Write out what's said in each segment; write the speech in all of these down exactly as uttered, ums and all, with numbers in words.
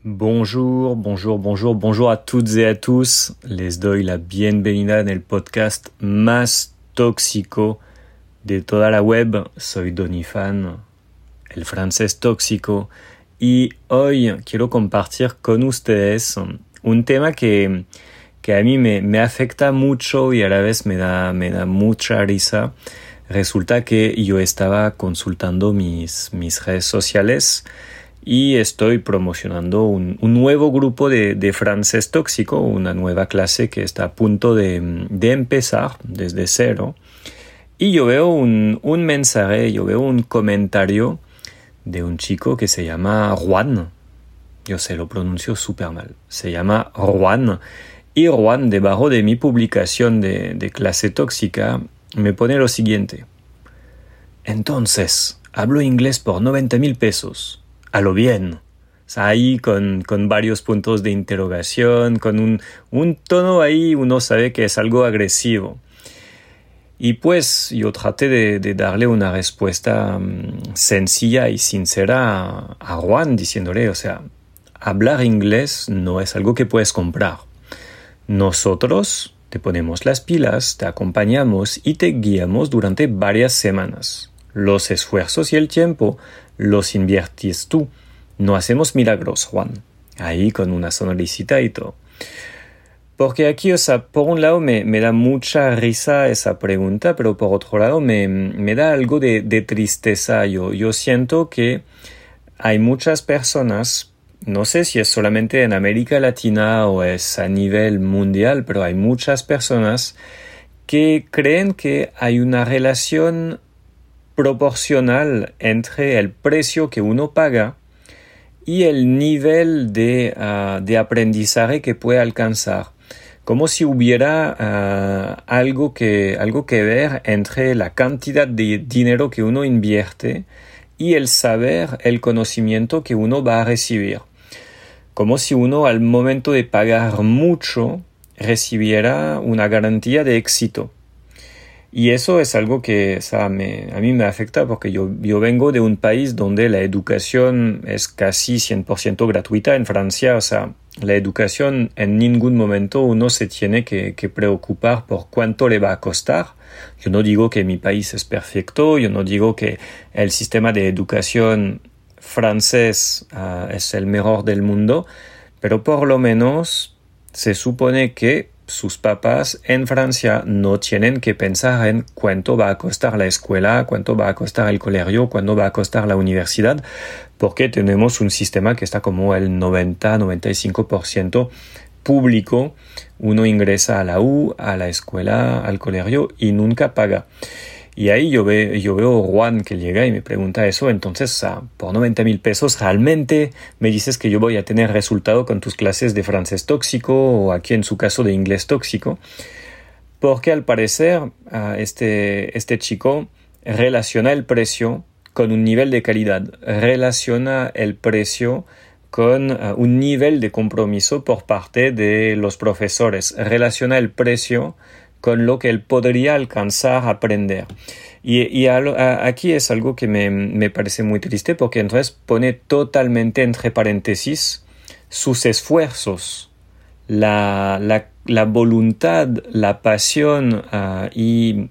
Bonjour, bonjour, bonjour, bonjour a toutes et a tous. Les doy la bienvenida en el podcast más tóxico de toda la web. Soy Donifan, el francés tóxico, y hoy quiero compartir con ustedes un tema que, que a mí me, me afecta mucho y a la vez me da, me da mucha risa. Resulta que yo estaba consultando mis, mis redes sociales y estoy promocionando un, un nuevo grupo de, de francés tóxico, una nueva clase que está a punto de, de empezar desde cero. Y yo veo un, un mensaje, yo veo un comentario de un chico que se llama Juan. Yo se lo pronuncio súper mal. Se llama Juan. Y Juan, debajo de mi publicación de, de clase tóxica, me pone lo siguiente. Entonces, hablo inglés por noventa mil pesos. A lo bien. O sea, ahí con, con varios puntos de interrogación, con un, un tono ahí, uno sabe que es algo agresivo. Y pues yo traté de, de darle una respuesta um, sencilla y sincera a, a Juan, diciéndole, o sea, hablar inglés no es algo que puedes comprar. Nosotros te ponemos las pilas, te acompañamos y te guiamos durante varias semanas. Los esfuerzos y el tiempo los inviertes tú. No hacemos milagros, Juan. Ahí con una sonrisita y todo. Porque aquí, o sea, por un lado me, me da mucha risa esa pregunta, pero por otro lado me, me da algo de, de tristeza. Yo, yo siento que hay muchas personas, no sé si es solamente en América Latina o es a nivel mundial, pero hay muchas personas que creen que hay una relación proporcional entre el precio que uno paga y el nivel de, uh, de aprendizaje que puede alcanzar. Como si hubiera uh, algo, que, algo que ver entre la cantidad de dinero que uno invierte y el saber, el conocimiento que uno va a recibir. Como si uno al momento de pagar mucho recibiera una garantía de éxito. Y eso es algo que o sea, me, a mí me afecta porque yo, yo vengo de un país donde la educación es casi cien por ciento gratuita. En Francia, o sea, la educación en ningún momento uno se tiene que, que preocupar por cuánto le va a costar. Yo no digo que mi país es perfecto, yo no digo que el sistema de educación francés uh, es el mejor del mundo, pero por lo menos se supone que sus papás en Francia no tienen que pensar en cuánto va a costar la escuela, cuánto va a costar el colegio, cuánto va a costar la universidad, porque tenemos un sistema que está como el noventa a noventa y cinco por ciento público. Uno ingresa a la U, a la escuela, al colegio y nunca paga. Y ahí yo, ve, yo veo a Juan que llega y me pregunta eso. Entonces, o sea, por noventa mil pesos, ¿realmente me dices que yo voy a tener resultado con tus clases de francés tóxico o aquí en su caso de inglés tóxico? Porque al parecer uh, este, este chico relaciona el precio con un nivel de calidad, relaciona el precio con uh, un nivel de compromiso por parte de los profesores, relaciona el precio con lo que él podría alcanzar a aprender. Y, y a, a, aquí es algo que me, me parece muy triste porque entonces pone totalmente entre paréntesis sus esfuerzos, la, la, la voluntad, la pasión uh, y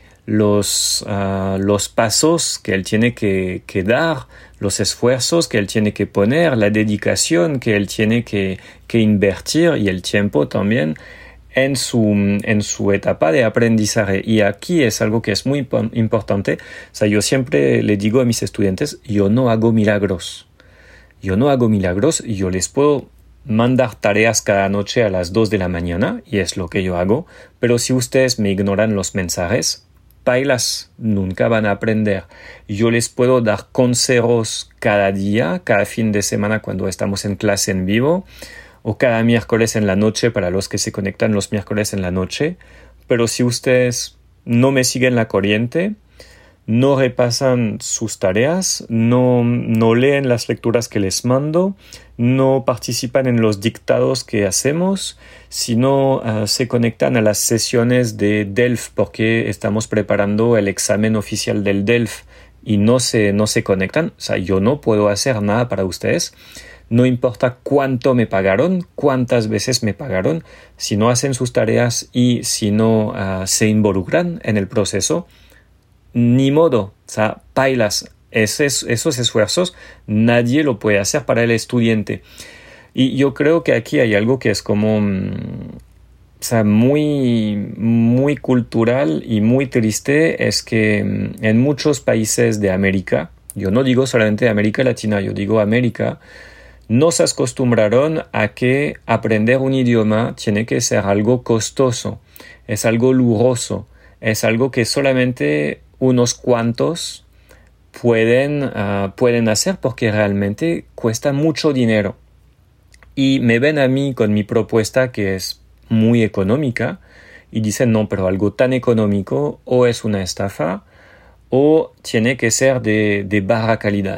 los, uh, los pasos que él tiene que, que dar, los esfuerzos que él tiene que poner, la dedicación que él tiene que, que invertir y el tiempo también en su, en su etapa de aprendizaje. Y aquí es algo que es muy importante. O sea, yo siempre le digo a mis estudiantes, yo no hago milagros. Yo no hago milagros, yo les puedo mandar tareas cada noche a las dos de la mañana, y es lo que yo hago, pero si ustedes me ignoran los mensajes, pailas, nunca van a aprender. Yo les puedo dar consejos cada día, cada fin de semana cuando estamos en clase en vivo, o cada miércoles en la noche para los que se conectan los miércoles en la noche. Pero si ustedes no me siguen la corriente, no repasan sus tareas, no, no leen las lecturas que les mando, no participan en los dictados que hacemos, sino uh, se conectan a las sesiones de D E L F porque estamos preparando el examen oficial del D E L F y no se, no se conectan, o sea, yo no puedo hacer nada para ustedes. No importa cuánto me pagaron, cuántas veces me pagaron, si no hacen sus tareas y si no uh, se involucran en el proceso, ni modo, o sea, pailas, esos, esos esfuerzos nadie lo puede hacer para el estudiante. Y yo creo que aquí hay algo que es como, o sea, muy, muy cultural y muy triste, es que en muchos países de América, yo no digo solamente América Latina, yo digo América, nos acostumbraron a que aprender un idioma tiene que ser algo costoso, es algo lujoso, es algo que solamente unos cuantos pueden, uh, pueden hacer porque realmente cuesta mucho dinero. Y me ven a mí con mi propuesta que es muy económica y dicen no, pero algo tan económico o es una estafa o tiene que ser de, de baja calidad.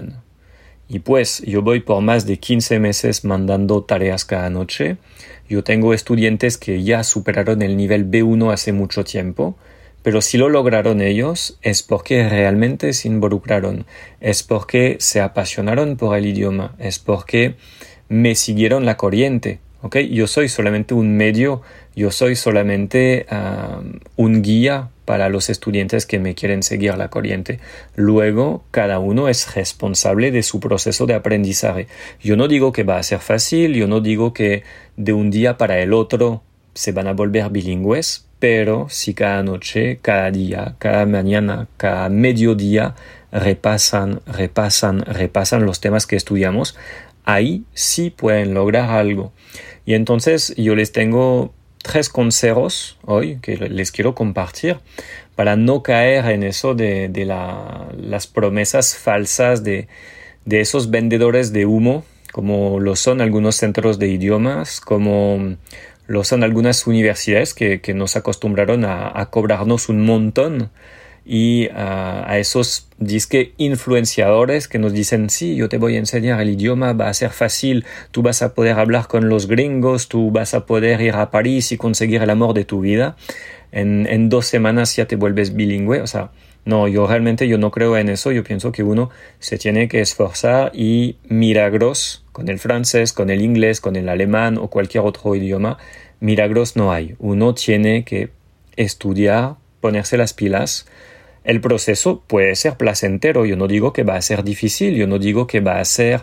Y pues yo voy por más de quince meses mandando tareas cada noche. Yo tengo estudiantes que ya superaron el nivel B uno hace mucho tiempo, pero si lo lograron ellos es porque realmente se involucraron, es porque se apasionaron por el idioma, es porque me siguieron la corriente. ¿Okay? Yo soy solamente un medio, yo soy solamente uh, un guía para los estudiantes que me quieren seguir la corriente. Luego, cada uno es responsable de su proceso de aprendizaje. Yo no digo que va a ser fácil, yo no digo que de un día para el otro se van a volver bilingües, pero si cada noche, cada día, cada mañana, cada mediodía repasan, repasan, repasan los temas que estudiamos, ahí sí pueden lograr algo. Y entonces yo les tengo tres consejos hoy que les quiero compartir para no caer en eso de, de la, las promesas falsas de, de esos vendedores de humo, como lo son algunos centros de idiomas, como lo son algunas universidades que, que nos acostumbraron a, a cobrarnos un montón. Y uh, a esos disque influenciadores que nos dicen sí, yo te voy a enseñar el idioma, va a ser fácil, tú vas a poder hablar con los gringos, tú vas a poder ir a París y conseguir el amor de tu vida, en, en dos semanas ya te vuelves bilingüe. O sea, no, yo realmente yo no creo en eso. Yo pienso que uno se tiene que esforzar y milagros con el francés, con el inglés, con el alemán o cualquier otro idioma, milagros no hay. Uno tiene que estudiar, ponerse las pilas. El proceso puede ser placentero, yo no digo que va a ser difícil, yo no digo que va a ser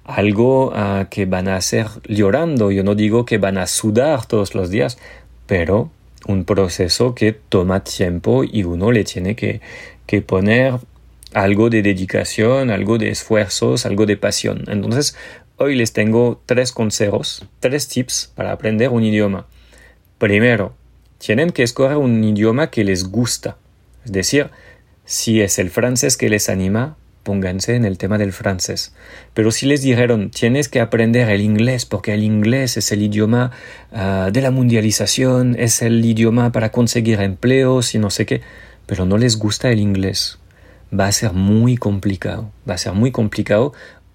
algo uh, que van a hacer llorando, yo no digo que van a sudar todos los días, pero un proceso que toma tiempo y uno le tiene que, que poner algo de dedicación, algo de esfuerzos, algo de pasión. Entonces, hoy les tengo tres consejos, tres tips para aprender un idioma. Primero, tienen que escoger un idioma que les gusta, es decir, si es el francés que les anima, pónganse en el tema del francés. Pero si les dijeron, tienes que aprender el inglés porque el inglés es el idioma uh, de la mundialización, es el idioma para conseguir empleos y no sé qué, pero no les gusta el inglés, va a ser muy complicado, va a ser muy complicado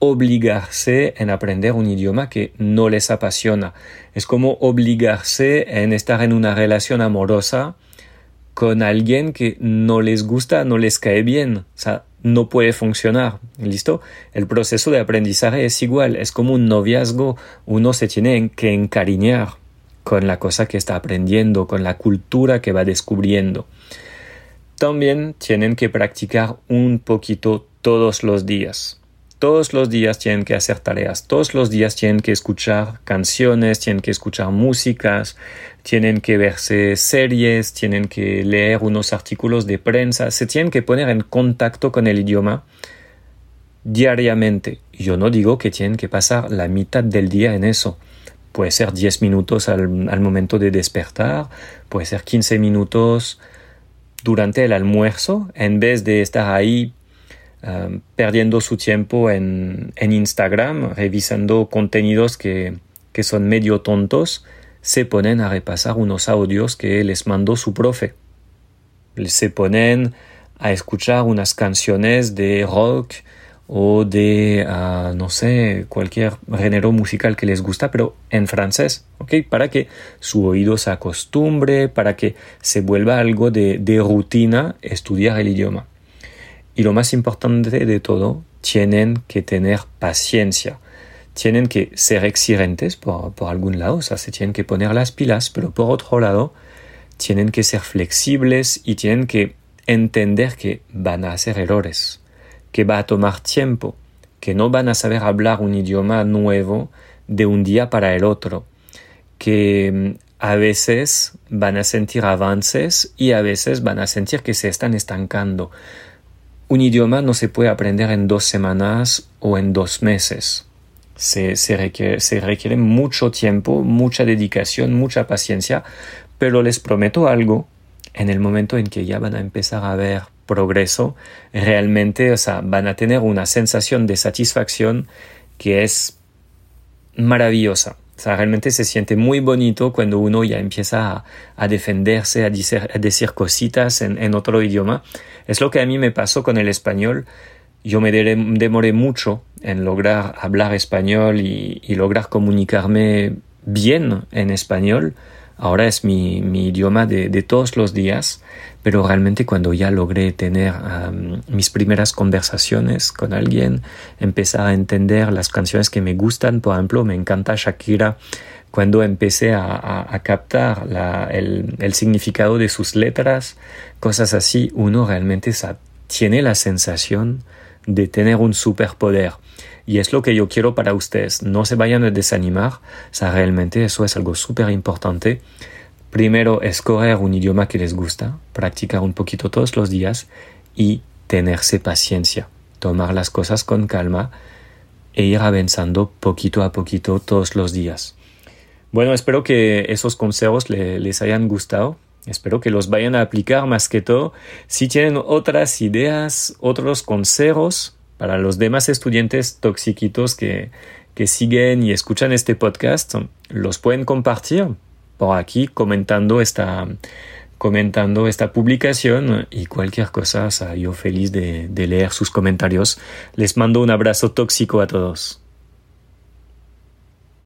obligarse en aprender un idioma que no les apasiona. Es como obligarse en estar en una relación amorosa con alguien que no les gusta, no les cae bien, o sea, no puede funcionar, ¿listo? El proceso de aprendizaje es igual, es como un noviazgo, uno se tiene que encariñar con la cosa que está aprendiendo, con la cultura que va descubriendo. También tienen que practicar un poquito todos los días. Todos los días tienen que hacer tareas, todos los días tienen que escuchar canciones, tienen que escuchar músicas, tienen que verse series, tienen que leer unos artículos de prensa, se tienen que poner en contacto con el idioma diariamente. Yo no digo que tienen que pasar la mitad del día en eso. Puede ser diez minutos al, al momento de despertar, puede ser quince minutos durante el almuerzo, en vez de estar ahí Uh, perdiendo su tiempo en, en Instagram, revisando contenidos que, que son medio tontos, se ponen a repasar unos audios que les mandó su profe. Se ponen a escuchar unas canciones de rock o de, uh, no sé, cualquier género musical que les gusta, pero en francés, ¿ok? Para que su oído se acostumbre, para que se vuelva algo de, de rutina estudiar el idioma. Y lo más importante de todo, tienen que tener paciencia. tienen que ser exigentes por, por algún lado, o sea, se tienen que poner las pilas, pero por otro lado, tienen que ser flexibles y tienen que entender que van a hacer errores, que va a tomar tiempo, que no van a saber hablar un idioma nuevo de un día para el otro, que a veces van a sentir avances y a veces van a sentir que se están estancando. Un idioma no se puede aprender en dos semanas o en dos meses. Se, se, requiere, se requiere mucho tiempo, mucha dedicación, mucha paciencia, pero les prometo algo, en el momento en que ya van a empezar a ver progreso, realmente, o sea, van a tener una sensación de satisfacción que es maravillosa. O sea, realmente se siente muy bonito cuando uno ya empieza a, a defenderse, a decir, a decir cositas en, en otro idioma. Es lo que a mí me pasó con el español. Yo me de, demoré mucho en lograr hablar español y, y lograr comunicarme bien en español. Ahora es mi, mi idioma de, de todos los días, pero realmente cuando ya logré tener um, mis primeras conversaciones con alguien, empezar a entender las canciones que me gustan, por ejemplo, me encanta Shakira, cuando empecé a, a, a captar la, el, el significado de sus letras, cosas así, uno realmente sa- tiene la sensación de tener un superpoder. Y es lo que yo quiero para ustedes. No se vayan a desanimar. O sea, realmente eso es algo súper importante. Primero, escoger un idioma que les gusta, practicar un poquito todos los días y tenerse paciencia. Tomar las cosas con calma e ir avanzando poquito a poquito todos los días. Bueno, espero que esos consejos le, les hayan gustado. Espero que los vayan a aplicar más que todo. Si tienen otras ideas, otros consejos para los demás estudiantes toxiquitos que, que siguen y escuchan este podcast, los pueden compartir por aquí comentando esta, comentando esta publicación y cualquier cosa. O sea, yo feliz de, de leer sus comentarios. Les mando un abrazo tóxico a todos.